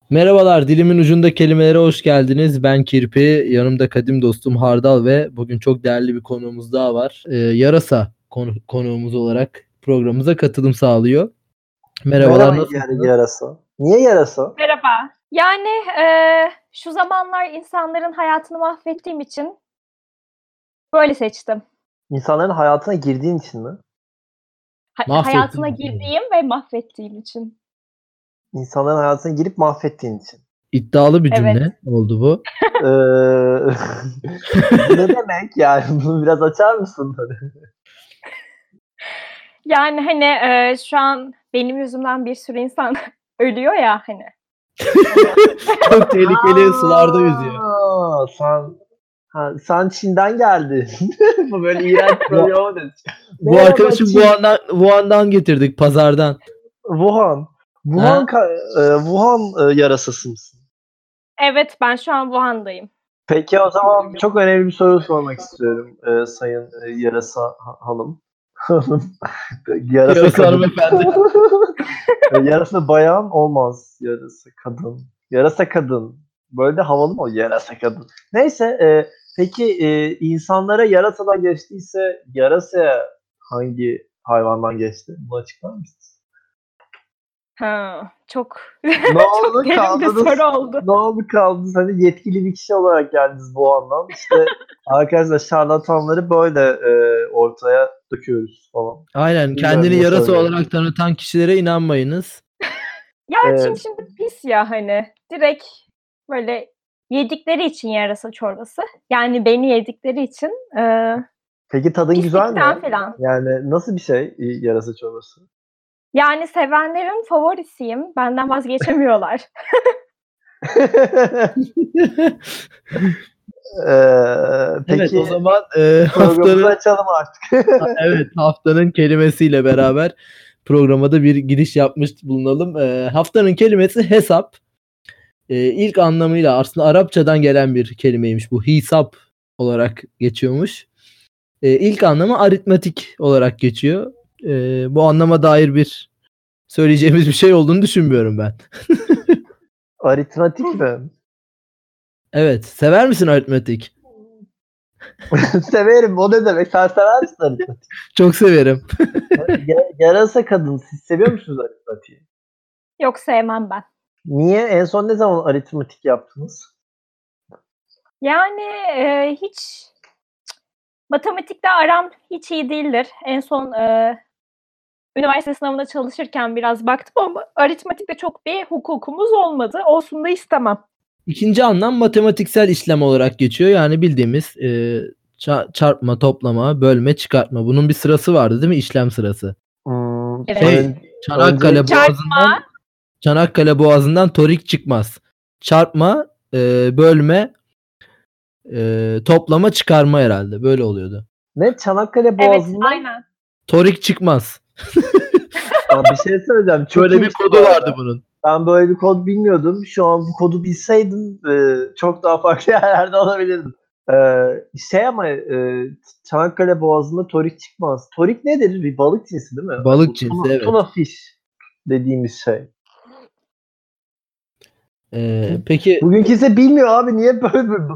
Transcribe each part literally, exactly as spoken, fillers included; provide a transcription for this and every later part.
Merhabalar, dilimin ucunda kelimelere hoş geldiniz. Ben Kirpi, yanımda kadim dostum Hardal ve bugün çok değerli bir konuğumuz daha var. Ee, Yarasa konu, konuğumuz olarak programımıza katılım sağlıyor. Merhabalar, Merhaba yani nasılsınız? yarasa. Niye yarasa? Merhaba. Yani eee, şu zamanlar insanların hayatını mahvettiğim için böyle seçtim. İnsanların hayatına girdiğin için mi? Ha- Mahvettim. hayatına girdiğim ve mahvettiğim için. İnsanların hayatına girip mahvettiğin için. İddialı bir Evet. cümle oldu bu. Ee, bu ne demek yani? Bunu biraz açar mısın? Yani hani eee, şu an benim yüzümden bir sürü insan ölüyor ya hani. Çok tehlikeli sularda yüzüyor. Aa, sen, ha, sen Çin'den geldin. Bu böyle iğrenç bir şey olmadı. Bu Merhaba arkadaşı Çin. Wuhan'dan, Wuhan'dan getirdik, pazardan. Wuhan. Wuhan, ka- e, Wuhan e, yarasası mısın? Evet, ben şu an Wuhan'dayım. Peki o zaman çok önemli bir soru sormak istiyorum e, sayın e, yarasa ha- hanım. yarasa Yarasa kadın. hanımefendi. E, yarasa bayan olmaz. Yarasa kadın. Yarasa kadın. Böyle de havalı mı o yarasa kadın? Neyse e, peki e, insanlara yarasadan geçtiyse yarasaya hangi hayvandan geçti? Bunu açıklar mısınız? Ha, çok Ne oldu? çok derin bir Kaldınız. soru oldu. Ne oldu kaldınız? Hani yetkili bir kişi olarak geldiniz bu andan. İşte arkadaşlar şarlatanları böyle e, ortaya döküyoruz falan. Aynen, Bilmiyorum kendini ne yarasa söyleyeyim. olarak tanıtan kişilere inanmayınız. Ya Çin Evet. şimdi pis ya hani. Direkt böyle yedikleri için yarasa çorbası. Yani beni yedikleri için eee Peki tadın güzel pislikten mi? falan. Yani nasıl bir şey e, yarasa çorbası? Yani sevenlerin favorisiyim. Benden vazgeçemiyorlar. Ee, Evet, peki o zaman e, programımızı haftanın açalım artık. Ha, evet, haftanın kelimesiyle beraber programa da bir giriş yapmış bulunalım. Ee, haftanın kelimesi hesap. Ee, ilk anlamıyla aslında Arapçadan gelen bir kelimeymiş bu. Hisap olarak geçiyormuş. Ee, ilk anlamı aritmetik olarak geçiyor. Ee, bu anlama dair bir söyleyeceğimiz bir şey olduğunu düşünmüyorum ben. Aritmatik mi? Evet, sever misin aritmetik? Severim. O ne demek? Sen sever misin aritmatik? Çok severim. Ya- Yarasa kadın. Siz seviyor musunuz aritmatiği? Yok, sevmem ben. Niye? En son ne zaman aritmatik yaptınız? Yani eee, hiç matematikle aram hiç iyi değildir. En son eee, üniversite sınavına çalışırken biraz baktım ama aritmetikte çok bir hukukumuz olmadı. Olsun da istemem. İkinci anlam matematiksel işlem olarak geçiyor. Yani bildiğimiz e, ça- çarpma, toplama, bölme, çıkartma. Bunun bir sırası vardı değil mi? İşlem sırası. Hmm, Evet. Şey, ön- Çanakkale önce Boğazı'ndan Çanakkale Boğazı'ndan torik çıkmaz. Çarpma, e, bölme, e, toplama, çıkarma herhalde. Böyle oluyordu. ne? Çanakkale Evet, Boğazı'ndan aynen. Torik çıkmaz. Aa, bir şey söyleyeceğim. Çok Böyle bir iyiymiş bu kodu arada. vardı bunun. Ben böyle bir kod bilmiyordum. Şu an bu kodu bilseydim e, çok daha farklı yerlerde olabilirdim. E, şey ama e, Çanakkale Boğazı'nda torik çıkmaz. Torik nedir? Bir balık cinsi değil mi? Balık Bu cinsi, tuna, evet. tuna fish dediğimiz şey. E, peki Bugün kimse bilmiyor abi. Niye böyle bir...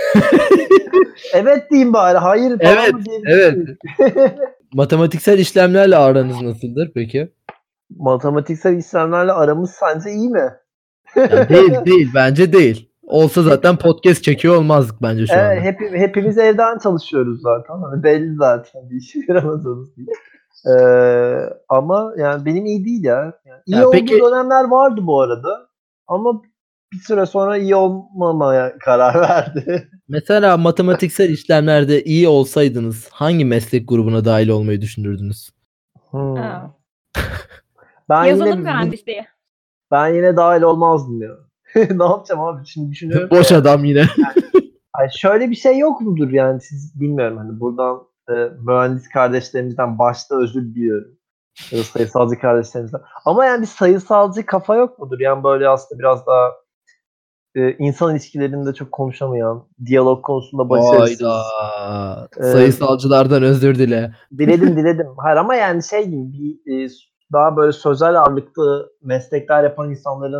Evet diyeyim bari. Hayır falan Evet, mı evet. diyebilirsiniz? matematiksel işlemlerle aranız nasıldır peki? Matematiksel işlemlerle aramız sence iyi mi? Yani değil, değil. Bence değil. Olsa zaten podcast çekiyor olmazdık bence şu anda. Evet, hep, hepimiz evden çalışıyoruz zaten. Hani belli zaten bir işe yaramazsınız diye. Ee, ama yani benim iyi değil ya. Yani iyi Ya olduğu peki dönemler vardı bu arada. Ama bir süre sonra iyi olmamaya karar verdi. mesela matematiksel işlemlerde iyi olsaydınız hangi meslek grubuna dahil olmayı düşünürdünüz? Hmm. Aa. Ben Yazılım yine mühendisliği. ben yine dahil olmazdım ya. Ne yapacağım abi? Şimdi düşünüyorum. Boş da. adam yine. Ay şöyle bir şey yok mudur yani siz bilmiyorum hani buradan e, mühendis kardeşlerimizden başta özür diliyorum. Ya da sayısalcı kardeşlerimizden. Ama yani bir sayısalcı kafa yok mudur? Yani böyle aslında biraz daha e, insan ilişkilerinde çok konuşamayan, diyalog konusunda başarısız. Hayda. E, Sayısalcılardan özür dile. diledim diledim. Hayır ama yani şey gibi bir e, daha böyle sözel ağırlıklı meslekler yapan insanların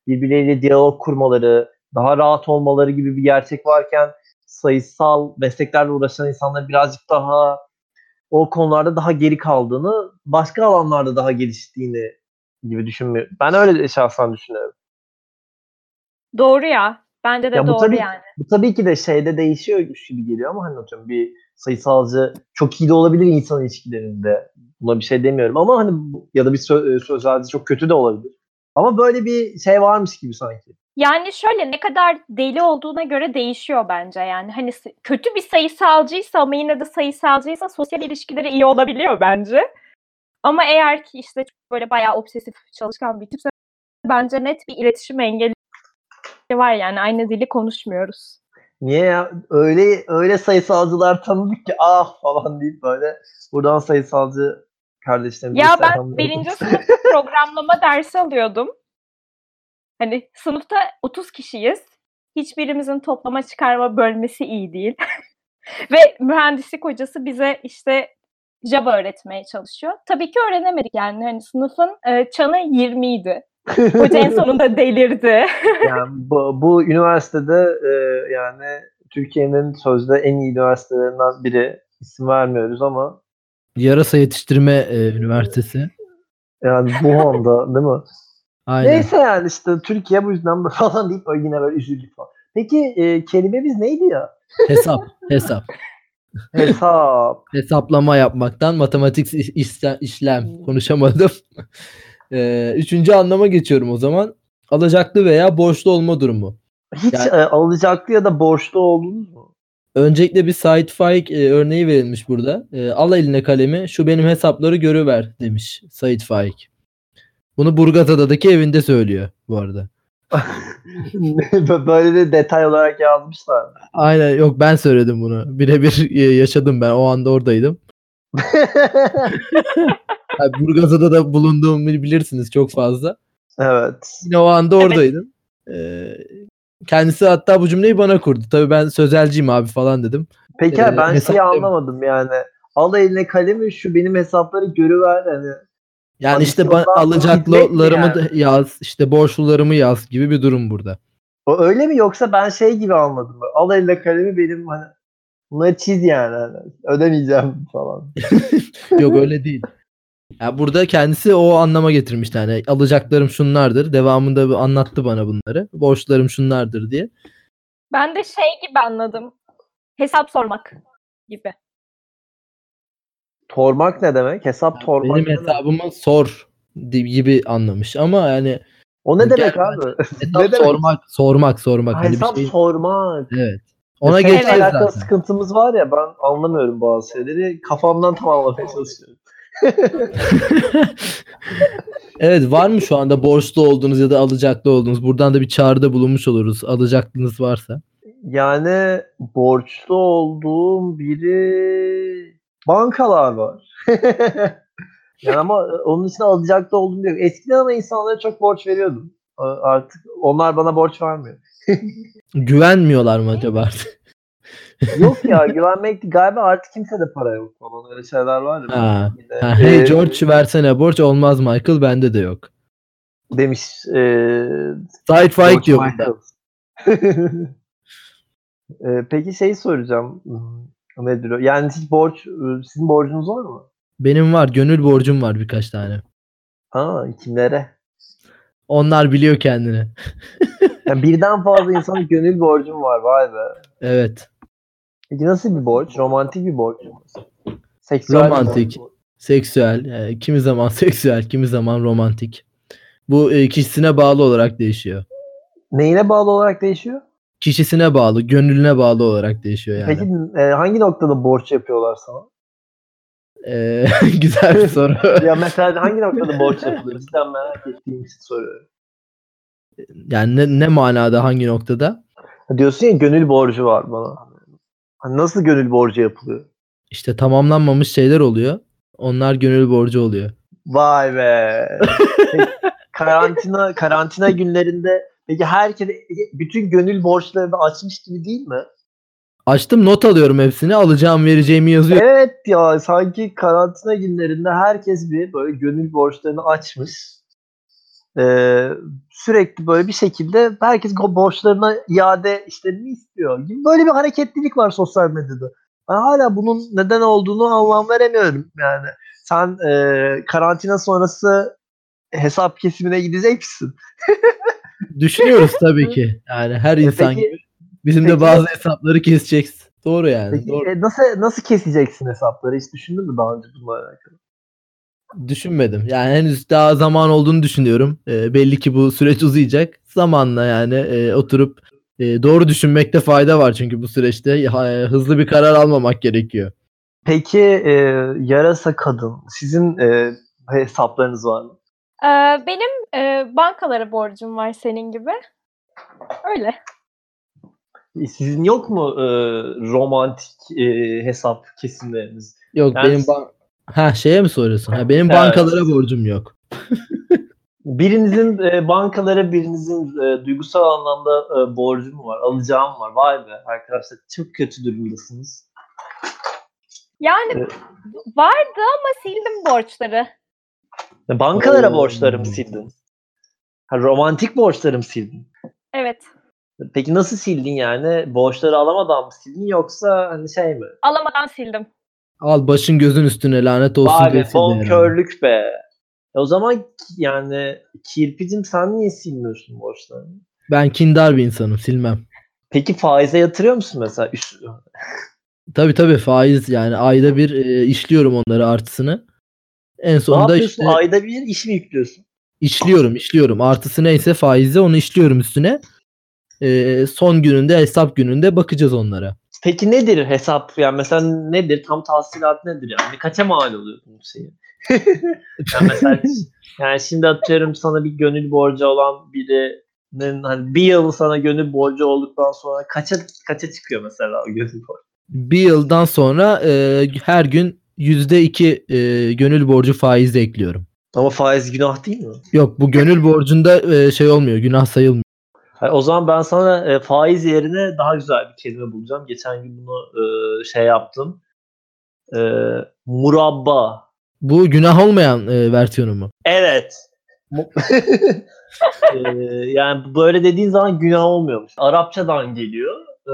birbirleriyle diyalog kurmaları, daha rahat olmaları gibi bir gerçek varken sayısal mesleklerle uğraşan insanlar birazcık daha o konularda daha geri kaldığını, başka alanlarda daha geliştiğini gibi düşünmüyorum. Ben öyle şahsen düşünüyorum. Doğru ya. Bence de Ya bu doğru tabii, yani. bu tabii ki de şeyde değişiyormuş gibi geliyor ama hani atıyorum bir sayısalcı çok iyi de olabilir insan ilişkilerinde. Buna bir şey demiyorum ama hani bu- ya da bir sö- sözelci çok kötü de olabilir. Ama böyle bir şey varmış gibi sanki. Yani şöyle, ne kadar deli olduğuna göre değişiyor bence yani. Hani s- kötü bir sayısalcıysa ama yine de sayısalcıysa sosyal ilişkileri iyi olabiliyor bence. Ama eğer ki işte böyle bayağı obsesif çalışkan bir tipse bence net bir iletişim engeli var yani. Aynı dili konuşmuyoruz. Niye ya? Öyle öyle sayısalcılar tanıdık ki ah falan deyip böyle buradan sayısalcı kardeşlerimize Ya ben selamlıyorum. birinci sınıfta programlama dersi alıyordum. Hani sınıfta otuz kişiyiz. Hiçbirimizin toplama çıkarma bölmesi iyi değil. Ve mühendislik hocası bize işte Java öğretmeye çalışıyor. Tabii ki öğrenemedik yani. Hani sınıfın e, çanı yirmi idi. Hoca en sonunda delirdi. Yani bu, bu üniversitede e, yani Türkiye'nin sözde en iyi üniversitelerinden biri. İsim vermiyoruz ama Yarasa Yetiştirme e, Üniversitesi. yani Wuhan'da değil mi? Aynen. Neyse yani işte Türkiye bu yüzden böyle falan deyip böyle yine böyle üzüldük falan. Peki e, kelimemiz neydi ya? Hesap. Hesap. Hesap. Hesaplama yapmaktan matematik iş- işlem, işlem. Konuşamadım. E, üçüncü anlama geçiyorum o zaman. Alacaklı veya borçlu olma durumu. Hiç Yani- e, alacaklı ya da borçlu oldunuz mu? Öncelikle bir Sait Faik e, örneği verilmiş burada. E, al eline kalemi, şu benim hesapları görüver demiş Sait Faik. Bunu Burgazada'daki evinde söylüyor bu arada. Böyle de detay olarak yazmışlar. Aynen, yok ben söyledim bunu. Birebir e, yaşadım ben. O anda oradaydım. Yani Burgazada da bulunduğumu bilirsiniz çok fazla. Evet. Yine o anda oradaydım. Ee, kendisi hatta bu cümleyi bana kurdu. Tabii ben sözelciyim abi falan dedim. Peki Ee, ben hesap şeyi anlamadım yani. Al eline kalemi şu benim hesapları görüver hani. Yani işte ba- Adisyondan hizmet mi alacaklılarımı yani? da yaz, işte borçlularımı yaz gibi bir durum burada. O öyle mi yoksa ben şey gibi anladım. Al eline kalemi benim hani bunları çiz yani. Hani, ödemeyeceğim falan. Yok öyle değil. Ya burada kendisi o anlama getirmiş yani alacaklarım şunlardır. Devamında bir anlattı bana bunları. Borçlarım şunlardır diye. Ben de şey gibi anladım. Hesap sormak gibi. Tormak ne demek? Hesap tormak Benim ne demek? hesabımı sor di- gibi anlamış ama yani O ne gel demek ben- abi? hesap ne demek? sormak sormak sormak Ha, hani bir hesap şey, sormak. evet. Ona Seninle geçeceğiz alakalı zaten. sıkıntımız var ya ben anlamıyorum bazı şeyleri. Kafamdan tam anlamaya çalışıyorum. Evet, var mı şu anda borçlu olduğunuz ya da alacaklı olduğunuz? Buradan da bir çağrıda bulunmuş oluruz. Alacaklınız varsa. Yani borçlu olduğum biri bankalar var. Yani ama onun için alacaklı olduğum diyor. Eskiden ama insanlara çok borç veriyordum. A- Artık onlar bana borç vermiyor. Güvenmiyorlar mı acaba? Yok ya güvenmek galiba artık kimse de para yok falan öyle şeyler var ya. Ha. Yine, Ha, hey e, George versene borç, olmaz Michael, bende de yok. demiş e, Sait Faik George diyor burada. Michael. E, peki şey soracağım. Hmm, Nedir o? Yani siz borç, e, sizin borcunuz var mı? Benim var, gönül borcum var birkaç tane. Ha, kimlere? Onlar biliyor kendini. Yani birden fazla insanın gönül borcum var vay be. Evet. Peki nasıl bir borç? Romantik bir borç mu? Seksüel bir Romantik, borç mu? seksüel, yani kimi zaman seksüel, kimi zaman romantik. Bu e, kişisine bağlı olarak değişiyor. Neyine bağlı olarak değişiyor? Kişisine bağlı, gönlüne bağlı olarak değişiyor yani. Peki e, hangi noktada borç yapıyorlar sana? Ee, güzel bir soru. Ya mesela hangi noktada borç yapılıyor? Cidden merak ettiğim için soruyorum. Yani ne, ne manada, hangi noktada? Diyorsun ya gönül borcu var bana. Hani nasıl gönül borcu yapılıyor? İşte tamamlanmamış şeyler oluyor. Onlar gönül borcu oluyor. Vay be. Peki, karantina karantina günlerinde peki herkes bütün gönül borçlarını açmış gibi değil mi? Açtım, not alıyorum hepsini. Alacağım, vereceğimi yazıyorum. Evet ya sanki karantina günlerinde herkes bir böyle gönül borçlarını açmış. Ee, sürekli böyle bir şekilde herkes borçlarına iade işlerini istiyor gibi böyle bir hareketlilik var sosyal medyada. Ben hala bunun neden olduğunu anlam veremiyorum yani. Sen e, karantina sonrası hesap kesimine gidecek misin? Düşünüyoruz tabii ki. Yani her E insan peki, gibi. Bizim de peki bazı nasıl, hesapları keseceksin. Doğru yani. peki Doğru. e, nasıl nasıl keseceksin hesapları? Hiç düşündün mü daha önce bununla alakalı? Düşünmedim. Yani henüz daha zaman olduğunu düşünüyorum. Ee, belli ki bu süreç uzayacak. Zamanla yani e, oturup e, doğru düşünmekte fayda var çünkü bu süreçte e, hızlı bir karar almamak gerekiyor. Peki e, yarasa kadın, sizin e, hesaplarınız var mı? Ee, benim e, bankalara borcum var senin gibi. Öyle. Sizin yok mu e, romantik e, hesap kesimleriniz? Yok Yani benim ban ha şeye mi soruyorsun? Ha benim evet. bankalara borcum yok. Birinizin e, bankalara, birinizin e, duygusal anlamda e, borcu mu var? Alacağı mı var? Vay be arkadaşlar, çok kötü durumdasınız. Yani E, vardı ama sildim borçları. bankalara Oo. borçlarımı sildin. Ha, romantik borçlarımı sildin. Evet. Peki nasıl sildin yani? Borçları alamadan mı sildin yoksa hani şey mi? Alamadan sildim. Al başın gözün üstüne lanet olsun Vay diye be, sildi herhalde. bonkörlük be. E o zaman yani kirpicim, sen niye silmiyorsun borçlarını? Ben kindar bir insanım, silmem. Peki faize yatırıyor musun mesela? Üst... Tabii tabii faiz yani ayda bir e, işliyorum onları artısını. En Ne sonunda yapıyorsun? işte Ayda bir iş mi yüklüyorsun? işliyorum işliyorum. Artısı neyse faizi onu işliyorum üstüne. E, son gününde hesap gününde bakacağız onlara. Peki nedir hesap? Yani mesela nedir? Tam tahsilat nedir yani? Kaça mal oluyor bu şeyi? Yani mesela yani şimdi atıyorum, sana bir gönül borcu olan birinin hani bir yıl sana gönül borcu olduktan sonra kaça kaça çıkıyor mesela o gönül borcu? Bir yıldan sonra e, her gün yüzde iki e, gönül borcu faizi ekliyorum. Ama faiz günah değil mi? Yok bu gönül borcunda e, şey olmuyor, günah sayılmıyor. Hayır, o zaman ben sana e, faiz yerine daha güzel bir kelime bulacağım. Geçen gün bunu e, şey yaptım. E, murabba. Bu günah olmayan e, versiyonu mu? Evet. Mu- e, yani böyle dediğin zaman günah olmuyormuş. Arapçadan geliyor. E,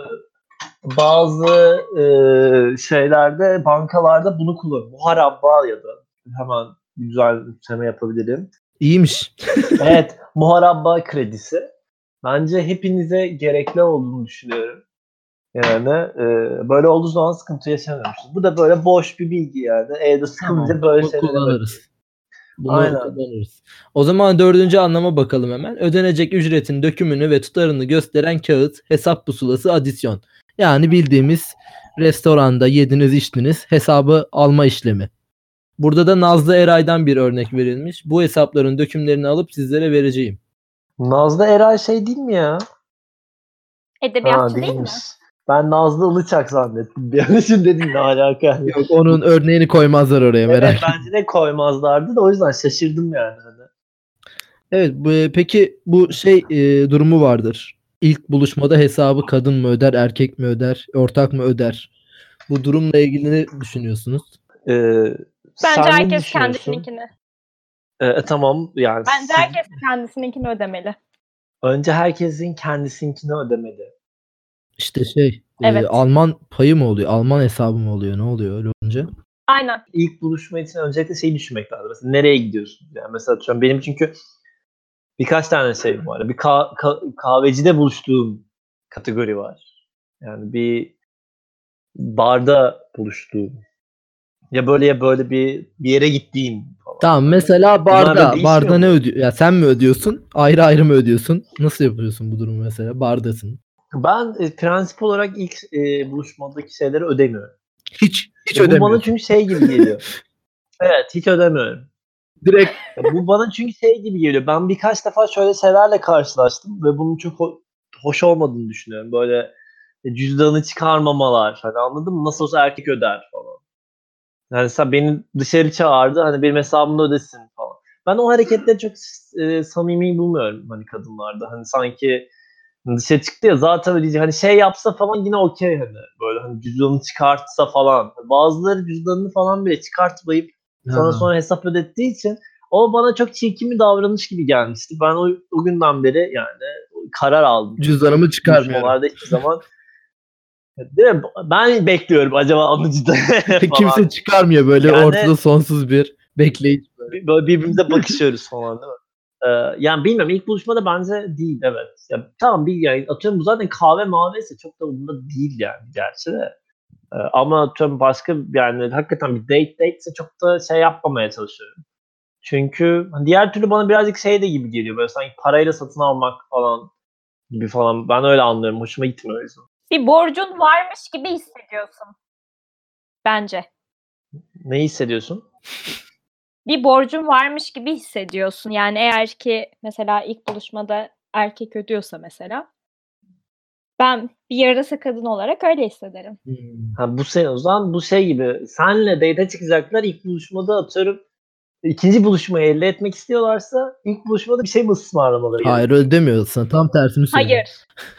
bazı e, şeylerde, bankalarda bunu kullanıyor. Muharabba ya da hemen güzel bir yapabilirim. İyiymiş. Evet, muharabba kredisi. Bence hepinize gerekli olduğunu düşünüyorum. Yani e, böyle olduğu zaman sıkıntı yaşamıyormuşuz. Bu da böyle boş bir bilgi yani. Evde sıkılınca Tamam, böyle bunu şeylere kullanırız. bakın. Bunu Aynen. kullanırız. O zaman dördüncü anlama bakalım hemen. Ödenecek ücretin dökümünü ve tutarını gösteren kağıt, hesap pusulası, adisyon. Yani bildiğimiz restoranda yediniz içtiniz hesabı alma işlemi. Burada da Nazlı Eray'dan bir örnek verilmiş. Bu hesapların dökümlerini alıp sizlere vereceğim. Nazlı Eray şey değil mi ya? Edebiyatçı Ha, değil mi? değilmiş. Ben Nazlı Ilıçak zannettim. Bir an için dedim ne alaka. Yok onun örneğini koymazlar oraya merak Evet, etme. bence de koymazlardı da o yüzden şaşırdım yani. Evet bu- peki bu şey e, durumu vardır. İlk buluşmada hesabı kadın mı öder, erkek mi öder, ortak mı öder? Bu durumla ilgili ne düşünüyorsunuz? Ee, Bence sen ne herkes düşünüyorsun? kendisininkini. Ee, tamam yani Bence siz- herkes kendisininkini ödemeli. önce herkesin kendisinkini ödemeli. İşte şey e, Evet. Alman payı mı oluyor? Alman hesabı mı oluyor? Ne oluyor öyle olunca? Aynen. İlk buluşma için öncelikle şeyi düşünmek lazım. Mesela nereye gidiyorsun? Yani mesela atıyorum, benim çünkü birkaç tane şey var. Bir ka- ka- kahvecide buluştuğum kategori var. Yani bir barda buluştuğum. Ya böyle ya böyle bir bir yere gittiğim falan. Tamam mesela Bunlar böyle barda. değişmiyor Barda ne mu? ödüyor? Ya sen mi ödüyorsun? Ayrı ayrı mı ödüyorsun? Nasıl yapıyorsun bu durumu mesela? Bardasın. Ben e, prensip olarak ilk e, buluşmadaki şeyleri ödemiyorum. Hiç hiç Ya bu bana ödemiyorsun. çünkü şey gibi geliyor. Evet, hiç ödemiyorum. Direkt Ya bu bana çünkü şey gibi geliyor. Ben birkaç defa şöyle şeylerle karşılaştım ve bunun çok ho- hoş olmadığını düşünüyorum. Böyle e, cüzdanı çıkarmamalar. Hani anladın mı? Nasıl olsa erkek öder falan. Yani sen beni dışarı çağırdı, hani benim hesabımda ödesin falan. Ben o hareketleri çok e, samimi bulmuyorum hani kadınlarda. Hani sanki dışarı çıktı ya zaten ödeyecek. Hani şey yapsa falan yine okey hani. Böyle hani cüzdanını çıkartsa falan. Bazıları cüzdanını falan bile çıkartmayıp sana ha. sonra hesap ödettiği için O bana çok çirkin bir davranış gibi gelmişti. Ben o, o günden beri yani karar aldım. Cüzdanımı çıkarmıyorum. Buluşmalarda hiçbir zaman değil mi? Ben bekliyorum acaba alıcıda falan. Kimse çıkarmıyor böyle Yani- ortada sonsuz bir bekleyiş. Böyle birbirimize bakışıyoruz falan değil mi? Ee, yani bilmiyorum ilk buluşmada bence değil evet. Ya, tamam bir yani atıyorum bu zaten kahve maviyse çok da umurumda değil yani gerçi de. Ee, ama atıyorum başka yani hakikaten bir date date'se çok da şey yapmamaya çalışıyorum. Çünkü hani diğer türlü bana birazcık şey de gibi geliyor. Böyle sanki parayla satın almak falan gibi falan. Ben öyle anlıyorum. Hoşuma gitmiyor o yüzden. Bir borcun varmış gibi hissediyorsun. Bence. Ne hissediyorsun? Bir borcun varmış gibi hissediyorsun. Yani eğer ki mesela ilk buluşmada erkek ödüyorsa mesela ben bir yarasa kadın olarak öyle hissederim. Ha, bu şey o zaman bu şey gibi. Senle date'e çıkacaklar ilk buluşmada atıyorum. İkinci buluşmayı elde etmek istiyorlarsa ilk buluşmada bir şey mi ısmarlamaları Hayır öyle demiyorsun. Tam tersini söylüyor. Hayır.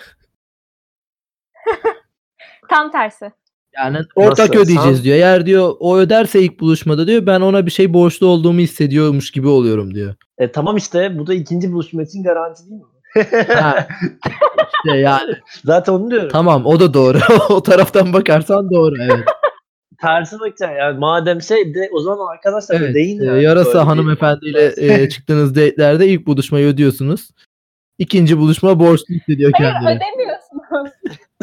Tam tersi. Yani ortak Nasıl? ödeyeceğiz Sen- diyor. Eğer diyor o öderse ilk buluşmada diyor ben ona bir şey borçlu olduğumu hissediyormuş gibi oluyorum diyor. E, tamam işte bu da ikinci buluşma için garanti değil mi? Ha. İşte yani Zaten onu diyorum. tamam o da doğru. O taraftan bakarsan doğru evet. Tersi bakacaksın yani madem şey de o zaman arkadaşlar Evet. ödeyin e, yani. yarasa Böyle bir- hanımefendiyle e, çıktığınız date'lerde ilk buluşmayı ödüyorsunuz. İkinci buluşma borçlu hissediyor Hayır kendini. ödemiyorsunuz.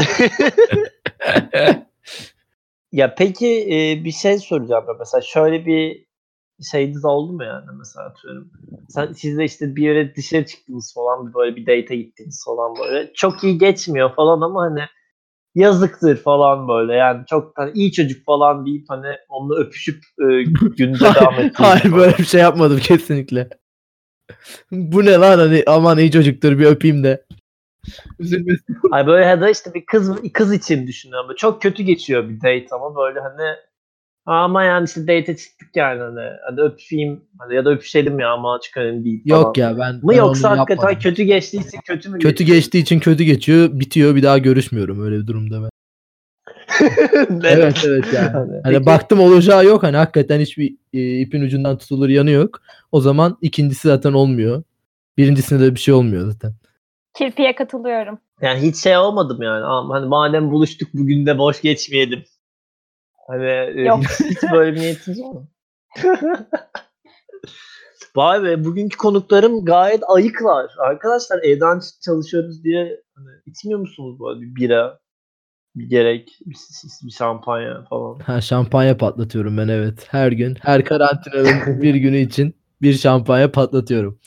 Ya peki e, bir şey soracağım ben mesela şöyle bir şeyiniz oldu mu yani mesela atıyorum. Sen, siz de işte bir yere dışarı çıktınız falan böyle bir date'e gittiniz falan böyle. Çok iyi geçmiyor falan ama hani yazıktır falan böyle yani çok hani iyi çocuk falan deyip hani onunla öpüşüp e, günde devam ettiniz. Hayır falan. böyle bir şey yapmadım kesinlikle. Bu ne lan hani aman iyi çocuktur bir öpeyim de. Üzülmesin. Ay böyle ya da işte bir kız kız için düşünüyorum. Böyle çok kötü geçiyor bir date ama böyle hani ama yani işte date'e çıktık yani hani hadi öpeyim hani ya da öpüşelim ya ama açık önemli değil falan. Yok ya ben, Mı ben yoksa onu hakikaten yapmadım. kötü geçtiyse kötü mü Kötü geçiyor? geçtiği için kötü geçiyor, bitiyor bir daha görüşmüyorum öyle bir durumda ben. Evet. Evet evet yani. Hani Hani peki- baktım olacağı yok hani hakikaten hiçbir e, ipin ucundan tutulur yanı yok. O zaman ikincisi zaten olmuyor. Birincisinde de bir şey olmuyor zaten. Kirpiye katılıyorum. Yani hiç şey olmadım yani. Ama hani madem buluştuk bugün de boş geçmeyelim. Hani e, Yok. hiç, hiç böyle bir niyetiniz var mı? Vay be bugünkü konuklarım gayet ayıklar. Arkadaşlar evden çalışıyoruz diye hani, içmiyor musunuz böyle bir bira, bir gerek, bir, bir şampanya falan? Ha şampanya patlatıyorum ben evet. Her gün her karantinanın bir günü için bir şampanya patlatıyorum.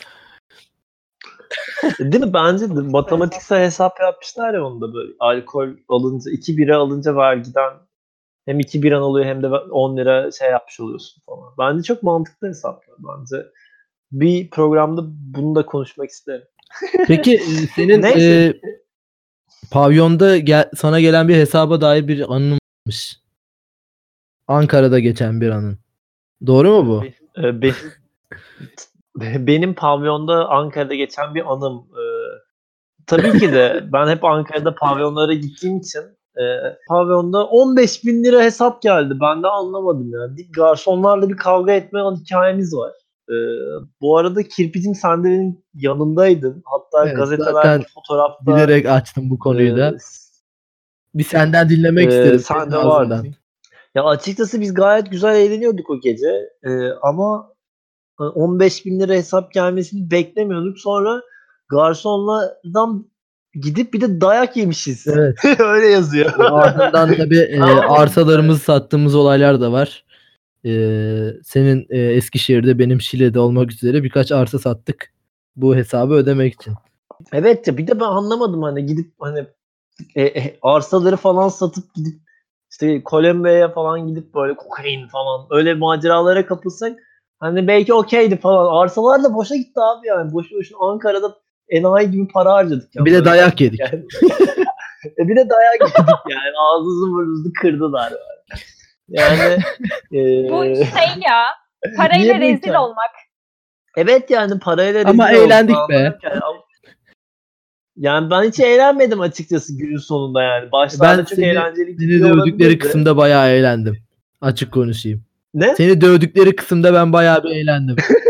Değil mi? Bence de matematiksel hesap yapmışlar ya onda böyle. Alkol alınca, iki bira alınca vergiden hem iki biran oluyor hem de on lira şey yapmış oluyorsun falan. Bence çok mantıklı hesaplar bence. Bir programda bunu da konuşmak isterim. Peki e, senin Neyse. e, pavyonda gel, sana gelen bir hesaba dair bir anın varmış. Ankara'da geçen bir anın. Doğru mu bu? Ee, be- benim pavyonda Ankara'da geçen bir anım. Ee, tabii ki de ben hep Ankara'da pavyonlara gittiğim için e, pavyonda on beş bin lira hesap geldi. Ben de anlamadım yani. Garsonlarla bir kavga etme hikayemiz var. Ee, bu arada Kirpicim sen de benim yanındaydın. Hatta Evet, gazetelerde zaten fotoğrafta Bilerek açtım bu konuyu da. e, Bir senden dinlemek e, istedim sen senin de ağzından. vardın. Ya açıkçası biz gayet güzel eğleniyorduk o gece. Ee, ama on beş bin lira hesap gelmesini beklemiyorduk. Sonra garsonlardan gidip bir de dayak yemişiz. Evet. Öyle yazıyor. Ardından tabii e, Tamam. arsalarımızı sattığımız olaylar da var. E, senin e, Eskişehir'de benim Şile'de olmak üzere birkaç arsa sattık. Bu hesabı ödemek için. Evet ya bir de ben anlamadım hani gidip hani e, e, arsaları falan satıp gidip işte Kolombiya'ya falan gidip böyle kokain falan öyle maceralara kapılsak hani belki okeydi falan. Arsalar da boşa gitti abi yani. Boşu boşuna Ankara'da enayi gibi para harcadık. Ya. Bir de Böyle dayak yedik. Yani. E bir de dayak yedik yani. Ağzımızı burnumuzu kırdılar. Yani e, Bu şey ya parayla niye bu rezil hikaye? olmak. Evet yani parayla Ama rezil olduk. eğlendik Ben be. anlamıyorum ki. Yani ben hiç eğlenmedim açıkçası günün sonunda yani. Başlarda Ben çok seni, eğlenceli seni gidiyor dövdükleri olabilirdi. kısımda bayağı eğlendim. Açık konuşayım. Ne? Seni dövdükleri kısımda ben bayağı bir eğlendim.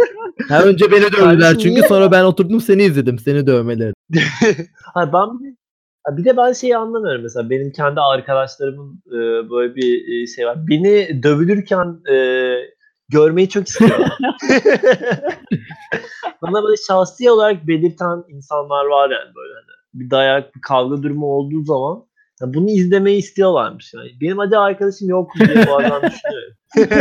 Ha, önce beni dövdüler Kardeşim çünkü niye? sonra ben oturdum seni izledim. Seni dövmeleri. Hayır, ben bir de, ha, bir de ben şeyi anlamıyorum mesela benim kendi arkadaşlarımın e, böyle bir e, şey var. Beni dövülürken e, görmeyi çok istiyorlar. Bana böyle şahsi olarak belirten insanlar var yani böyle hani bir dayak, bir kavga durumu olduğu zaman ya bunu izlemeyi istiyorlarmış yani. Benim acaba arkadaşım yok mu diye bazen düşünüyorum.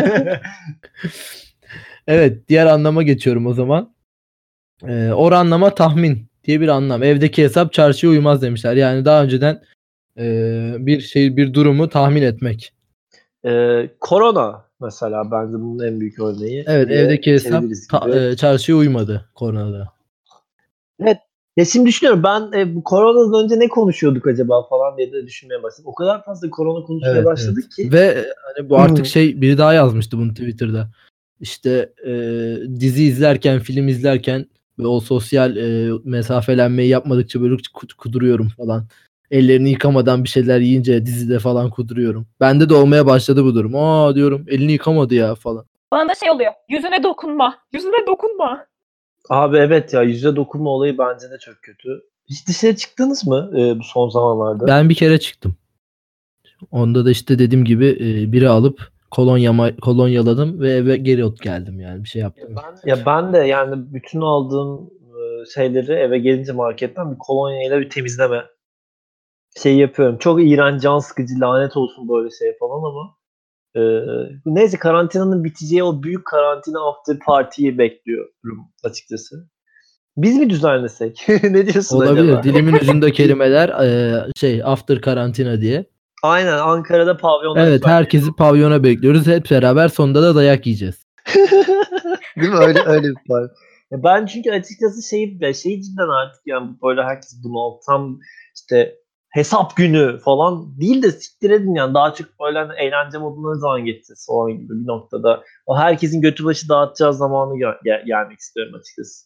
Evet, diğer anlama geçiyorum o zaman. Ee, oranlama tahmin diye bir anlam. Evdeki hesap çarşıya uymaz demişler. Yani daha önceden e, bir şey bir durumu tahmin etmek. Ee, korona mesela bence bunun en büyük örneği Evet, diye evdeki hesap geçebiliriz ta- gibi. e, çarşıya uymadı koronada. Evet. Ya şimdi düşünüyorum ben e, bu koronadan önce ne konuşuyorduk acaba falan diye de düşünmeye başladım. O kadar fazla korona konuşmaya Evet, evet. başladık ki. Ve e, hani bu artık şey biri daha yazmıştı bunu Twitter'da. İşte e, dizi izlerken, film izlerken ve o sosyal e, mesafelenmeyi yapmadıkça böyle kud- kuduruyorum falan. Ellerini yıkamadan bir şeyler yiyince dizide falan kuduruyorum. Bende de olmaya başladı bu durum. Aa diyorum elini yıkamadı ya falan. Bana da şey oluyor. Yüzüne dokunma. Yüzüne dokunma. Abi evet ya yüzde dokunma olayı bence de çok kötü. Hiç dışarı çıktınız mı e, bu son zamanlarda? Ben bir kere çıktım. Onda da işte dediğim gibi e, biri alıp kolonya kolonyaladım ve eve geri ot geldim yani bir şey Ya yaptım. ben, ya ben de yani bütün aldığım e, şeyleri eve gelince marketten bir kolonyayla bir temizleme şey yapıyorum. Çok iğrenç, can sıkıcı, lanet olsun böyle şey falan ama e, neyse karantinanın biteceği o büyük karantina after party'yi bekliyorum açıkçası. Biz mi düzenlesek? Ne diyorsun Olabilir. acaba? Dilimin ucunda kelimeler e, şey after karantina diye. Aynen Ankara'da pavyonlar Evet, herkesi pavyona bekliyoruz. Hep beraber sonunda da dayak yiyeceğiz. değil mi? Öyle öyle bir var. Ya ben çünkü açıkçası şeyi ya şey cidden artık yani böyle herkes bunu tam işte hesap günü falan değil de siktir edin yani daha çok böyle hani eğlence moduna ne zaman geçeceğiz falan gibi bir noktada. O herkesin götü başı dağıtacağı zamanı gel- gel- gelmek istiyorum açıkçası.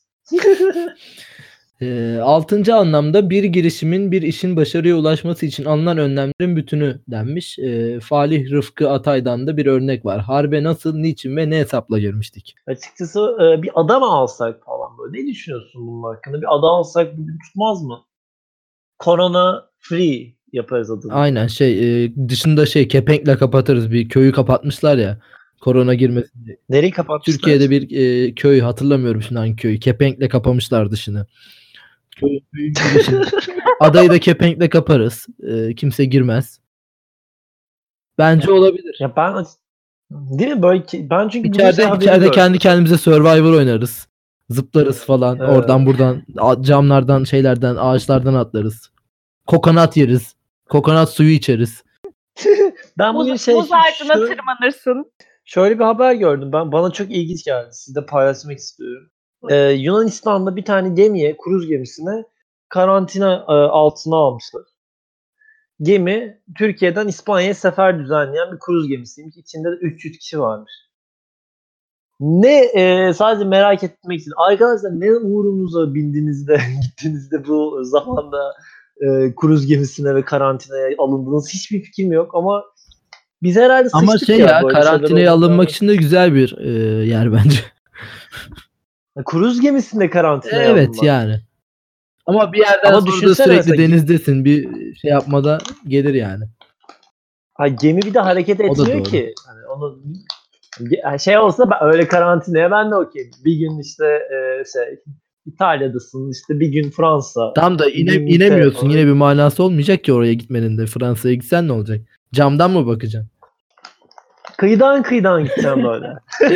E, altıncı anlamda bir girişimin bir işin başarıya ulaşması için alınan önlemlerin bütünü denmiş. E, Falih Rıfkı Atay'dan da bir örnek var. Harbe nasıl, niçin ve ne hesapla girmiştik? Açıkçası e, bir ada mı alsak falan böyle. Ne düşünüyorsun bunun hakkında? Bir ada alsak bugün tutmaz mı? Corona free yaparız adını. Aynen şey e, dışında şey kepenkle kapatırız. Bir köyü kapatmışlar ya korona girmesin diye. Nereyi kapatmışlar? Türkiye'de bir e, köy hatırlamıyorum şimdi hangi köyü. Kepenkle kapamışlar dışını. Köy, köyün girişini. Adayı da kepenkle kaparız. E, kimse girmez. Bence olabilir. Ya ben değil mi böyle ki, ben çünkü bugün İçeride şey haberi içeride gördüm. kendi kendimize Survivor oynarız. Zıplarız falan. Evet. Oradan buradan a- camlardan şeylerden ağaçlardan atlarız. Kokonat yeriz. Kokonat suyu içeriz. Ben bugün Muz, şey muz ağacına şöyle, tırmanırsın. şöyle bir haber gördüm. Ben bana çok ilginç geldi. Sizle paylaşmak istiyorum. Ee, Yunanistan'da bir tane gemiye, kruz gemisine karantina e, altına almışlar. Gemi Türkiye'den İspanya'ya sefer düzenleyen bir kruz gemisiymiş. İçinde de üç yüz kişi varmış. Ne e, sadece merak etmek için. Arkadaşlar ne uğrunuza bindiğinizde gittiğinizde bu zamanda e, kruz gemisine ve karantinaya alındınız hiçbir fikrim yok ama biz herhalde Ama sıçtık şey ya ya böyle şeyler karantinaya olduğunda. alınmak için de güzel bir e, yer bence. Kruz gemisinde karantinaya Evet alınmak. yani. Ama bir yerden Ama sonra da düşünsene sürekli mesela gemi, denizdesin. Bir şey yapmada gelir yani. ha, gemi bir de hareket O da etmiyor doğru. ki. Yani onu ge- şey olsa ben, öyle karantinaya ben de okeyim. Bir gün işte e, şey İtalya'dasın işte bir gün Fransa, Tam da bir ine, gün İngiltere inemiyorsun. falan. Yine bir manası olmayacak ki oraya gitmenin de. Fransa'ya gitsen ne olacak? Camdan mı bakacaksın? Kıyıdan kıyıdan gideceğim böyle.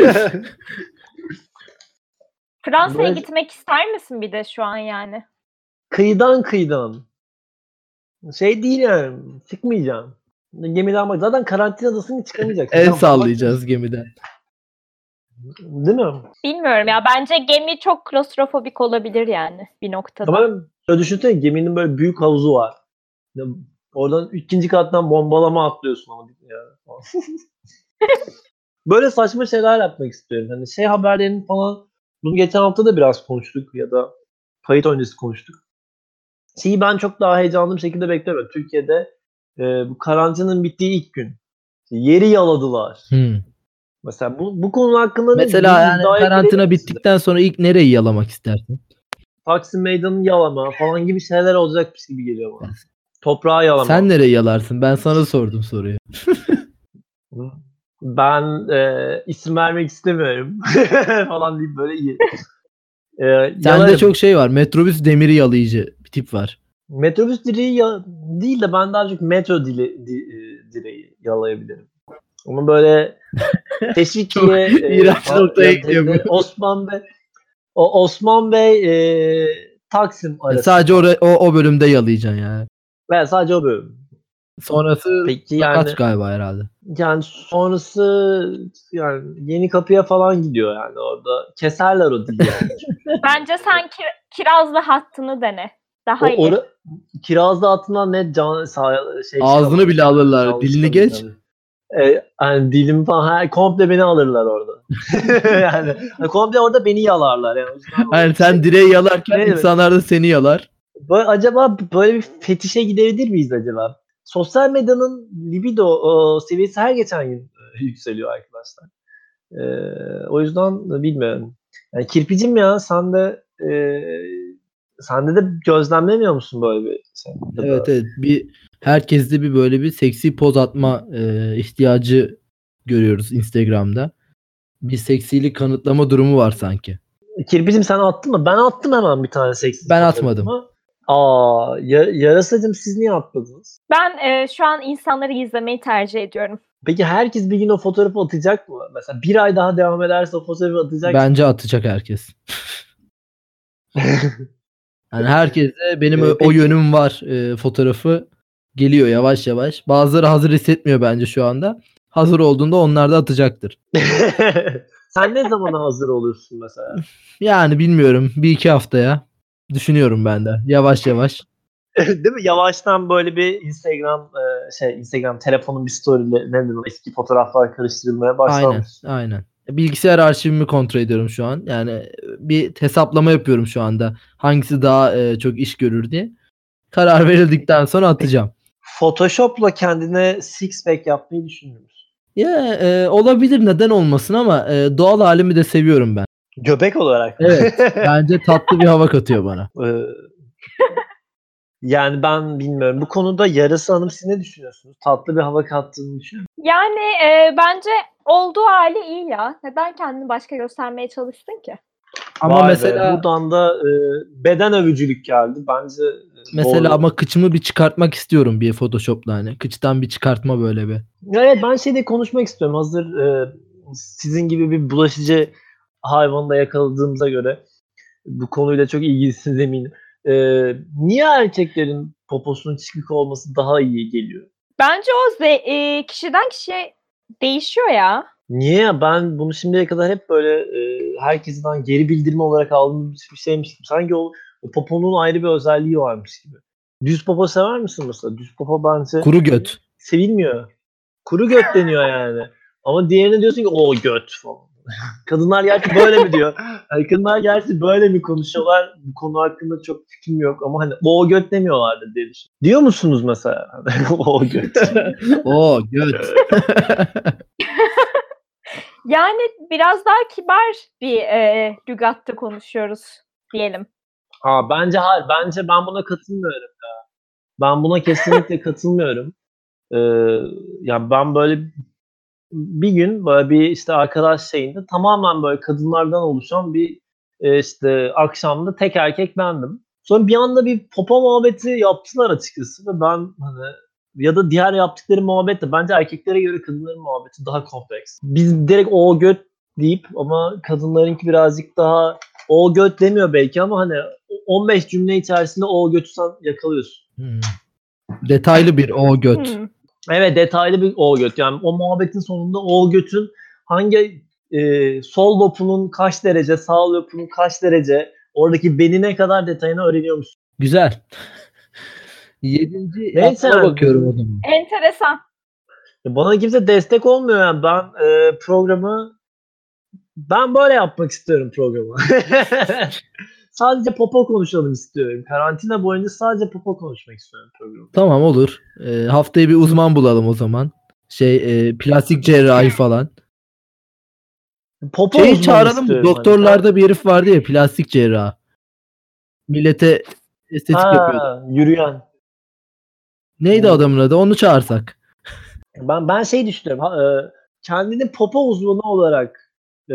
Fransa'ya Böyle gitmek ister misin bir de şu an yani? kıyıdan kıyıdan. Şey değil yani. Çıkmayacağım. Gemiden bak. Zaten karantinadasın çıkamayacaksın. El Camdan sallayacağız bakacaksın. gemiden. Değil mi? Bilmiyorum ya. Bence gemi çok klostrofobik olabilir yani bir noktada. Ama şöyle düşünsene geminin böyle büyük havuzu var. Ya oradan ikinci kattan bombalama atlıyorsun ama yani. Böyle saçma şeyler yapmak istiyorum. Hani şey haberlerini falan bunu geçen hafta da biraz konuştuk ya da kayıt öncesi konuştuk. Şeyi ben çok daha heyecanlı bir şekilde bekliyorum. Türkiye'de e, bu karantinanın bittiği ilk gün yeri yaladılar. Hmm. Mesela bu, bu konu hakkında ne Mesela bir yani iddiaya karantina girebilir misiniz? bittikten sonra ilk nereyi yalamak istersin? Taksim Meydanı'nı yalama falan gibi şeyler olacakmış gibi geliyor bana. Toprağı yalama. Sen nereyi yalarsın? Ben sana sordum soruyu. Ben e, isim vermek istemiyorum falan deyip böyle iyi. E, Sende yalarım. çok şey var. Metrobüs demiri yalayıcı bir tip var. Metrobüs direği ya, değil de ben daha çok metro dile, di, e, direği yalayabilirim. Ama böyle Çok Teşvikiye e, iğrenç fa- noktaya ya gidiyor da, bu. da Osman Bey o Osman Bey e, Taksim Yani arası sadece falan. ora- o, o bölümde yalayacaksın yani. Ben sadece o bölüm. Sonrası Peki sakat yani galiba herhalde. yani sonrası yani Yeni Kapı'ya falan gidiyor yani orada. Keserler o dili yani. Bence sen ki, Kirazlı hattını dene. Daha O iyi. ora, Kirazlı altından net can sağ, şey şey Ağzını alırlar bile yani. alırlar. Canlı Dilini çıkabilir geç. tabii. E, yani dilim falan her, komple beni alırlar orada. yani hani komple orada beni yalarlar yani. O yüzden o Yani şey, sen direği yalarken ne demek? insanlar da seni yalar. Böyle, acaba böyle bir fetişe gidebilir miyiz acaba? Sosyal medyanın libido o, seviyesi her geçen gün e, yükseliyor arkadaşlar. E, o yüzden bilmiyorum. Yani kirpicim ya sen de e, sende de gözlemlemiyor musun böyle bir şey? Ya Evet da evet. Bir herkeste bir böyle bir seksi poz atma e, ihtiyacı görüyoruz Instagram'da. Bir seksilik kanıtlama durumu var sanki. kirpicim sen attın mı? Ben attım hemen bir tane seksi Ben atmadım. fotoğrafımı. Aa, ya, yarasacım siz niye atmadınız? Ben e, şu an insanları izlemeyi tercih ediyorum. Peki herkes bir gün o fotoğrafı atacak mı? Mesela bir ay daha devam ederse o fotoğrafı atacak mı? Bence atacak herkes. Yani herkese benim Ee, o, o peki yönüm var e, fotoğrafı geliyor yavaş yavaş. Bazıları hazır hissetmiyor bence şu anda. Hazır olduğunda onlar da atacaktır. sen ne zamana hazır olursun mesela? Yani bilmiyorum. Bir iki haftaya düşünüyorum ben de. Yavaş yavaş. Değil mi? Yavaştan böyle bir Instagram e, şey Instagram telefonun bir story'le ne dedim eski fotoğraflar karıştırılmaya Aynen. başlamış. Aynen. Bilgisayar arşivimi kontrol ediyorum şu an. Yani bir hesaplama yapıyorum şu anda. Hangisi daha e, çok iş görür diye. Karar verildikten sonra atacağım. Photoshop'la kendine six pack yapmayı düşünüyor musun? Ya e, olabilir neden olmasın ama e, doğal halimi de seviyorum ben. Göbek olarak mı? Evet. Bence tatlı bir hava katıyor bana. Ee, yani ben bilmiyorum. Bu konuda Yarası Hanım siz ne düşünüyorsunuz? Tatlı bir hava kattığını düşünüyor musunuz? Yani e, bence olduğu hali iyi ya. Neden kendini başka göstermeye çalıştın ki? Ama Vay be. mesela Buradan da e, beden övücülük geldi. Bence e, mesela doğru. ama kıçımı bir çıkartmak istiyorum bir Photoshop'la hani. Kıçtan bir çıkartma böyle bir. Evet ben şeyde konuşmak istiyorum. Hazır e, sizin gibi bir bulaşıcı hayvanı da yakaladığımıza göre bu konuyla çok ilgilisiniz eminim. E, niye erkeklerin poposunun çıkık olması daha iyi geliyor? Bence o ze- e, kişiden kişiye değişiyor ya. Niye ya? Ben bunu şimdiye kadar hep böyle e, herkesten geri bildirme olarak aldığım bir şeymiş gibi. Sanki o, o poponun ayrı bir özelliği varmış gibi. Düz popo sever misin mesela? Düz popo bence Kuru göt. sevilmiyor. Kuru göt deniyor yani. Ama diğerine diyorsun ki o göt falan. Kadınlar gerçi böyle mi diyor? Yani kadınlar gerçi böyle mi konuşuyorlar? Bu konu hakkında çok fikrim yok ama hani o göt demiyorlardı diye düşünüyorum. Diyor musunuz mesela? o göt. Oo göt. Yani biraz daha kibar bir e, lügatta konuşuyoruz diyelim. Ha bence hayır. Bence ben buna katılmıyorum. Ben buna kesinlikle katılmıyorum. Ee, ya ben böyle bir gün böyle bir işte arkadaş şeyinde tamamen böyle kadınlardan oluşan bir e, işte akşamda tek erkek bendim. Sonra bir anda bir popo muhabbeti yaptılar açıkçası ve ben hani ya da diğer yaptıkları muhabbet de bence erkeklere göre kadınların muhabbeti daha kompleks. Biz direkt o göt deyip ama kadınlarınki birazcık daha o göt demiyor belki ama hani on beş cümle içerisinde o götü sen yakalıyorsun. Hmm. Detaylı bir o göt. Hmm. Evet detaylı bir o göt. Yani o muhabbetin sonunda o götün hangi e, sol lopunun kaç derece, sağ lopunun kaç derece, oradaki benine kadar detayını öğreniyor musun? Güzel. Yedinci Neyse aklıma yani bakıyorum o bizim, zaman. Enteresan. bana kimse destek olmuyor yani. Ben e, programı ben böyle yapmak istiyorum programı. Sadece popo konuşalım istiyorum. Karantina boyunca sadece popo konuşmak istiyorum programı. Tamam olur. Ee, haftaya bir uzman bulalım o zaman. Şey e, plastik cerrahi falan. Popo Şeyi uzmanı çağıralım mı? istiyorum. Doktorlarda bir herif vardı ya, plastik cerrah. Millete estetik Hani. yapıyordu. Ha, yürüyen. Neydi Hmm. adamın adı? Onu çağırsak. Ben ben şey düşünüyorum. Ha, e, kendini popo uzmanı olarak e,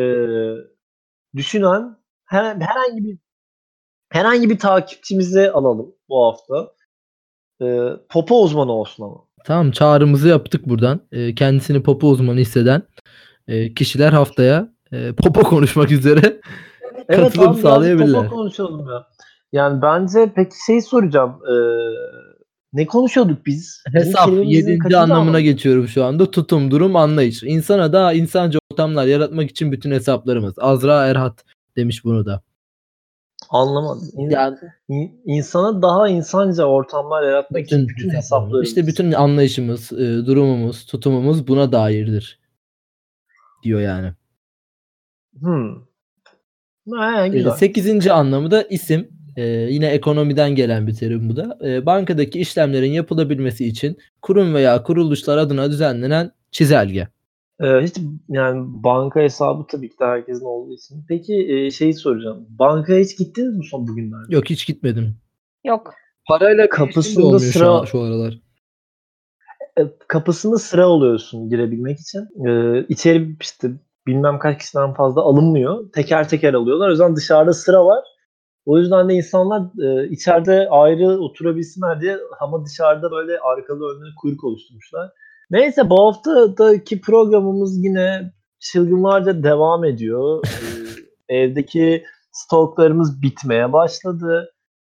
düşünen her, herhangi bir herhangi bir takipçimizi alalım bu hafta. E, popo uzmanı olsun ama. Tamam, çağrımızı yaptık buradan. Ee, kendisini popo uzmanı hisseden e, kişiler haftaya e, popo konuşmak üzere Evet katılım abi, birazcık sağlayabilirler. popo konuşalım ya. Yani bence peki şey soracağım. E, ne konuşuyorduk biz? Bizim Hesap kelimemizin yedinci kaçıncı anlamına anlamı? geçiyorum şu anda. Tutum, durum, anlayış. İnsana daha insanca ortamlar yaratmak için bütün hesaplarımız. Azra Erhat demiş bunu da. Anlamadım. İn, Yani in- insana daha insanca ortamlar yaratmak için bütün bütün hesaplarımız. hesaplarımız. İşte bütün anlayışımız, e, durumumuz, tutumumuz buna dairdir diyor yani. Hmm. Ha, E, güzel. sekizinci anlamı da isim. E, yine ekonomiden gelen bir terim bu da. E, bankadaki işlemlerin yapılabilmesi için kurum veya kuruluşlar adına düzenlenen çizelge. Ee, hiç yani banka hesabı tabii ki de herkesin olduğu için. Peki e, şeyi soracağım. Bankaya hiç gittiniz mi son bugünlerde? Yok, hiç gitmedim. Yok. Parayla Kapısında olmuyor şu, sıra an, şu aralar. e, kapısında sıra oluyorsun girebilmek için. Ee, içeri işte bilmem kaç kişiden fazla alınmıyor. Teker teker alıyorlar. O yüzden dışarıda sıra var. O yüzden de insanlar e, içeride ayrı oturabilsinler diye ama dışarıda böyle arkalı önlü kuyruk oluşturmuşlar. Neyse, bu haftaki programımız yine çılgınlarca devam ediyor. Ee, evdeki stoklarımız bitmeye başladı.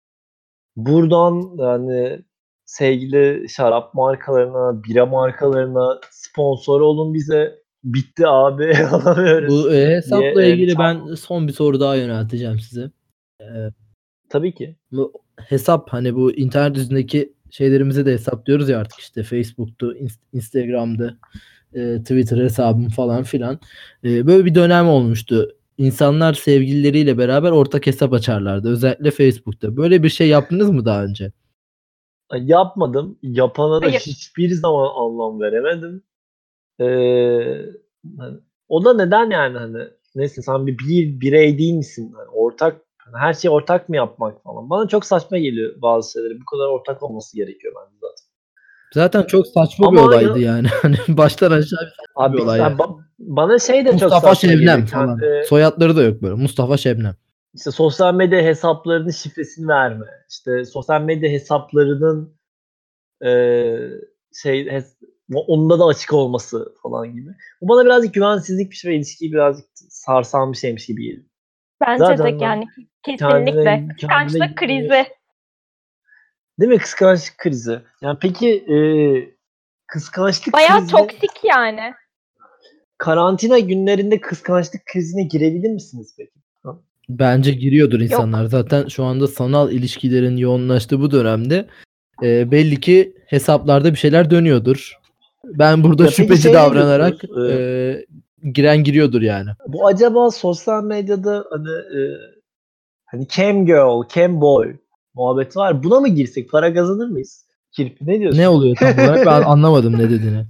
Buradan yani sevgili şarap markalarına, bira markalarına sponsor olun bize. Bitti abi, alamıyoruz. Bu e, hesapla diye, e, ilgili çok- ben son bir soru daha yönelteceğim size. E, Tabii ki. bu hesap, hani bu internet yüzündeki şeylerimizi de hesaplıyoruz ya artık, işte Facebook'tu, Inst- Instagram'dı, e, Twitter hesabım falan filan. E, böyle bir dönem olmuştu. İnsanlar sevgilileriyle beraber ortak hesap açarlardı. Özellikle Facebook'ta. Böyle bir şey yaptınız mı daha önce? Yapmadım. Yapana da Hayır. hiçbir zaman anlam veremedim. Ee, hani o da neden yani, hani neyse, sen bir, bir birey değil misin? Hani ortak, hani her şeyi ortak mı yapmak falan. Bana çok saçma geliyor bazı şeyleri. Bu kadar ortak olması gerekiyor bence zaten. Zaten çok saçma bir Ama olaydı ya, yani. Hani baştan aşağı bir saçma abi, bir olay ya yani. ba- bana şey de çok Mustafa saçma Şebnem geliyor. falan. Kendi, Soyadları da yok böyle. Mustafa Şebnem. işte sosyal medya hesaplarının şifresini verme. İşte sosyal medya hesaplarının eee şey hes- onda da açık olması falan gibi. Bu bana birazcık güvensizlikmiş ve ilişkiyi birazcık sarsan bir şeymiş gibi geliyor. Bence Zaten de yani kendine, kesinlikle. Kıskançlık kendine krizi. değil mi, kıskançlık krizi? Yani peki e, kıskançlık Bayağı krizine, toksik yani. karantina günlerinde kıskançlık krizine girebilir misiniz peki? Ha? Bence giriyordur insanlar. Yok. Zaten şu anda sanal ilişkilerin yoğunlaştığı bu dönemde e, belli ki hesaplarda bir şeyler dönüyordur. Ben burada Ya peki şüpheci şey ne davranarak diyorsunuz? e, Ee, giren giriyordur yani. bu acaba sosyal medyada hani e, hani cam girl, cam boy muhabbeti var. Buna mı girsek? Para kazanır mıyız? Kirpi ne Ne diyorsun? oluyor tam olarak? Ben anlamadım ne dediğini.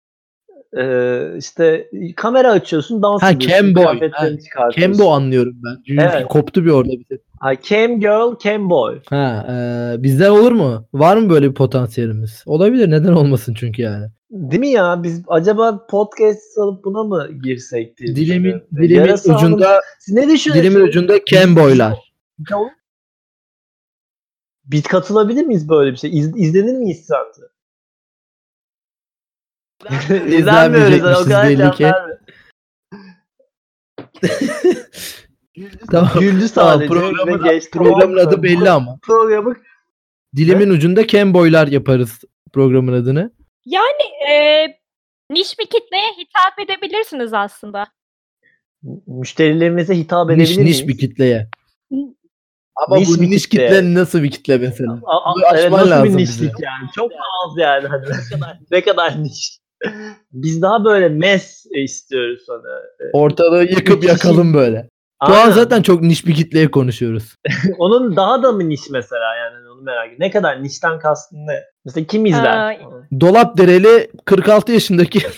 Ee, işte kamera açıyorsun, dans Ha, ediyorsun, Camboy. Ha, kıyafetlerini Cambo çıkartıyorsun. anlıyorum ben. Çünkü Evet. koptu bir orada bir ses. Ha, cam girl, cam boy. Ha, e, bizden olur mu? Var mı böyle bir potansiyelimiz? Olabilir. Neden olmasın çünkü yani. Değil mi ya? Biz acaba podcast alıp buna mı girsek diye Dilimin düşünüyorum. Ya, dilimin Yarasa Hanım, ucunda siz ne düşünüyorsunuz? dilimin ucunda Camboylar. Biz, biz katılabilir miyiz böyle bir şey? İz, izlenir miyiz sence? İzlenmiyoruz. İzlenmeyecekmişiz O kadar belli cevap ki. verme. Tamam. Güldü Tamam, sadece programın, ve geçti. programın Tamam. adı belli ama. Programı Dilimin Ne? ucunda Camboylar yaparız programın adını. Yani e, niş bir kitleye hitap edebilirsiniz aslında. müşterilerimize hitap Niş edebilir niş miyiz? bir kitleye. Ama Niş bu bir niş kitle. kitle nasıl bir kitle mesela? A- a- Bunu evet, açman nasıl lazım bir bize. nişlik yani? Çok mu az yani? Hani ne kadar ne kadar niş? Biz daha böyle mes istiyoruz sana. Ortalığı yıkıp Üç yakalım kişi- böyle. Şu Aynen. an zaten çok niş bir kitleye konuşuyoruz. Onun daha da mı niş mesela, yani onu merak ediyorum. Ne kadar nişten kastın ne? Mesela kim izler? Ee, Dolap Dereli kırk altı yaşındaki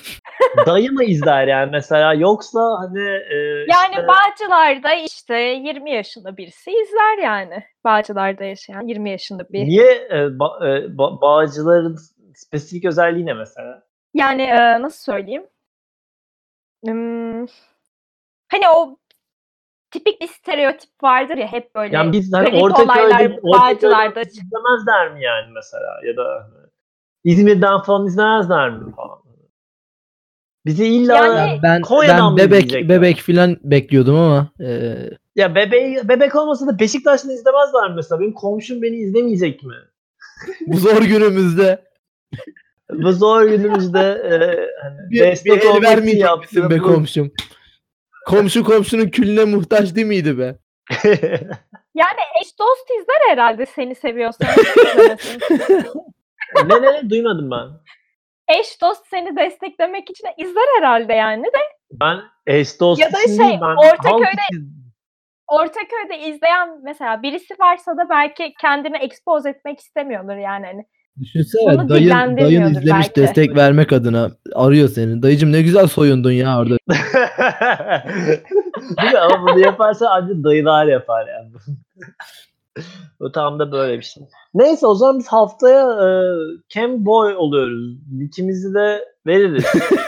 Dayı mı izler yani mesela yoksa hani e, Yani işte... Bağcılar'da işte yirmi yaşında birisi izler yani. Bağcılar'da yaşayan yirmi yaşında bir. Niye e, ba, e, ba, Bağcılar'ın spesifik özelliği ne mesela? Yani e, nasıl söyleyeyim? Hmm, hani o tipik bir stereotip vardır ya hep böyle. Yani biz hani garip Ortaköy'de olaylar Ortaköy'den Bağcılar'da. izlemezler mi yani mesela ya da hani İzmir'den falan izlemezler mi falan? Bizi illa Yani Ben ben, Konya'dan ben mı bebek izleyecekler? bebek filan bekliyordum ama e, Ya bebeği, bebek olmasa da Beşiktaş'tan izlemezler mi mesela? Benim komşum beni izlemeyecek mi? bu zor günümüzde Bu zor günümüzde e, hani bir, bir destek el olmak için vermeyecek misin be yaptığı bu komşum? Komşu komşunun külüne muhtaç değil miydi be? yani eş dost izler herhalde seni seviyorsan. izlemesin. ne ne duymadım ben. Eş dost seni desteklemek için izler herhalde yani de. Ben eş dost Ya da için şey değil ben halk Ortaköy'de için. Ortaköy'de izleyen mesela birisi varsa da belki kendini expose etmek istemiyordur yani. Hani Düşünsene bunu dayın dayın dillendirmiyordur izlemiş belki. destek vermek adına arıyor seni. Dayıcım ne güzel soyundun ya orada. Değil mi? Ama bunu yaparsa ancak dayılar yapar yani. O tam da böyle bir şey. Neyse o zaman biz haftaya e, Cam Boy oluyoruz. İkimizi de veririz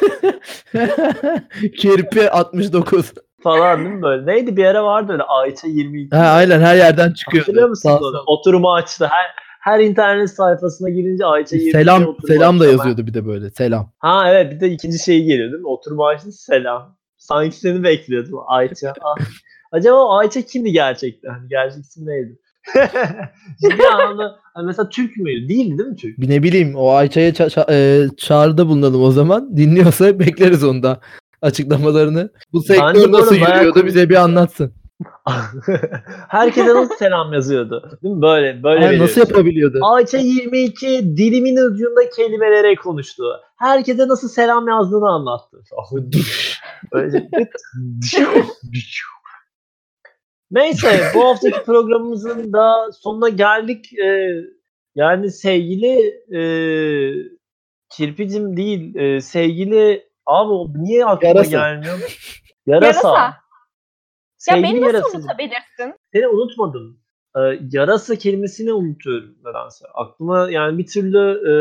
Kirpi altmış dokuz. falan değil mi böyle? Neydi bir ara vardı öyle Ayça yirmi iki. Ha, aynen her yerden Hatırlıyor çıkıyordu. musunuz Sağ onu? sol. Oturumu açtı. Her her internet sayfasına girince Ayça yirmi iki Selam oturumu selam da açtı. yazıyordu bir de böyle. Selam. Ha evet bir de ikinci şey geliyor değil mi? Oturumu açtı selam. Sanki seni bekliyordum Ayça. Ah. Acaba o Ayça kimdi gerçekten? Hani gerçek ismi neydi? Ciddi anlamda hani mesela Türk müydü? Değildi değil mi Türk? Bir ne bileyim o Ayça'ya ça- ça- e, çağrıda bulunalım o zaman. Dinliyorsa bekleriz onda açıklamalarını. Bu sektör Bence bu nasıl arada bayağı yürüyordu komik. bize bir anlatsın. Herkese nasıl selam yazıyordu? Değil mi? Böyle böyle Ay, nasıl veriyorsun. yapabiliyordu? Ayça yirmi iki dilimin ucunda kelimelere konuştu. Herkese nasıl selam yazdığını anlattı. Böyle Neyse bu haftaki programımızın da sonuna geldik. Ee, yani sevgili e, Kirpicim değil, e, sevgili abi o niye aklıma Yarasa. gelmiyor? Yarasa. Yarasa. Ya Sevgili beni nasıl yarasa. unutabilirsin? Seni unutmadım. Ee, yarasa kelimesini unutuyorum nedense. Aklıma yani bir türlü e,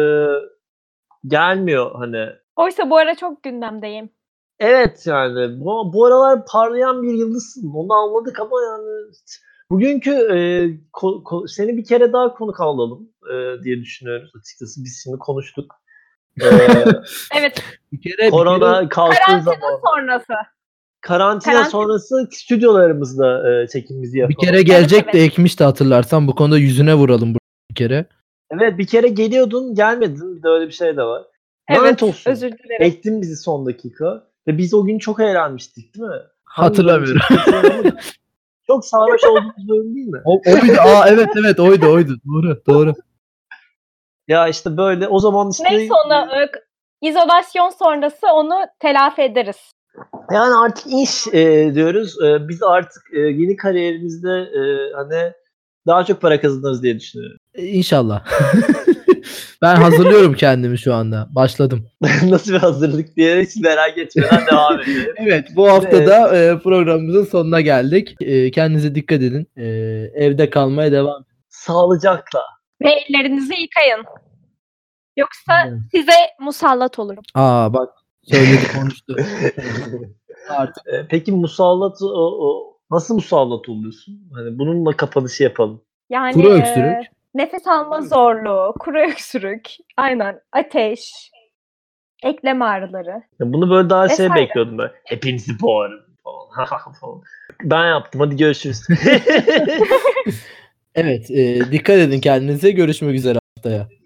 gelmiyor hani. Oysa bu ara çok gündemdeyim. Evet yani bu, bu aralar parlayan bir yıldızsın. Onu anladık ama yani bugünkü e, ko, ko, seni bir kere daha konuk alalım e, diye düşünüyoruz açıkçası. Biz şimdi konuştuk. E, Evet. Bir kere, korona bir kere kalktığı Karantina zaman. sonrası. Karantina, Karantina- sonrası stüdyolarımızda e, çekimimizi bir yapalım. kere gelecek Evet, de evet. ekmişti hatırlarsan. Bu konuda yüzüne vuralım bir kere. Evet bir kere geliyordun gelmedin. Bir de öyle bir şey de var. Evet, Lanet olsun. özür dilerim. Ektin bizi son dakika. Ve biz o gün çok eğlenmiştik değil mi? Hatırlamıyorum. Hatırlamıyorum. Çok sarhoş olduğumuz bölüm değil mi? O, oydu. Aa evet evet oydu oydu. Doğru doğru. Ya işte böyle o zaman işte Neyse onu e, izolasyon sonrası onu telafi ederiz. yani artık iş e, diyoruz. E, biz artık e, yeni kariyerimizde e, hani daha çok para kazanırız diye düşünüyorum. E, İnşallah. Ben hazırlıyorum kendimi şu anda. Başladım. Nasıl bir hazırlık diye hiç merak etmeden devam edelim. Evet bu hafta da e, programımızın sonuna geldik. E, kendinize dikkat edin. E, evde kalmaya devam edin. Sağlıcakla. Ve ellerinizi yıkayın. Yoksa Evet. size musallat olurum. Aa bak söyledi konuştu. Artık E, Peki musallat o, o, nasıl musallat oluyorsun? Hani bununla kapanışı yapalım. Yani kuru öksürük. e, nefes alma zorluğu, kuru öksürük, aynen ateş, eklem ağrıları. Ya bunu böyle daha şey Vesaire. bekliyordum böyle. Hepinizi boğarım falan. falan. Ben yaptım. Hadi görüşürüz. Evet e, dikkat edin kendinize. Görüşmek üzere haftaya.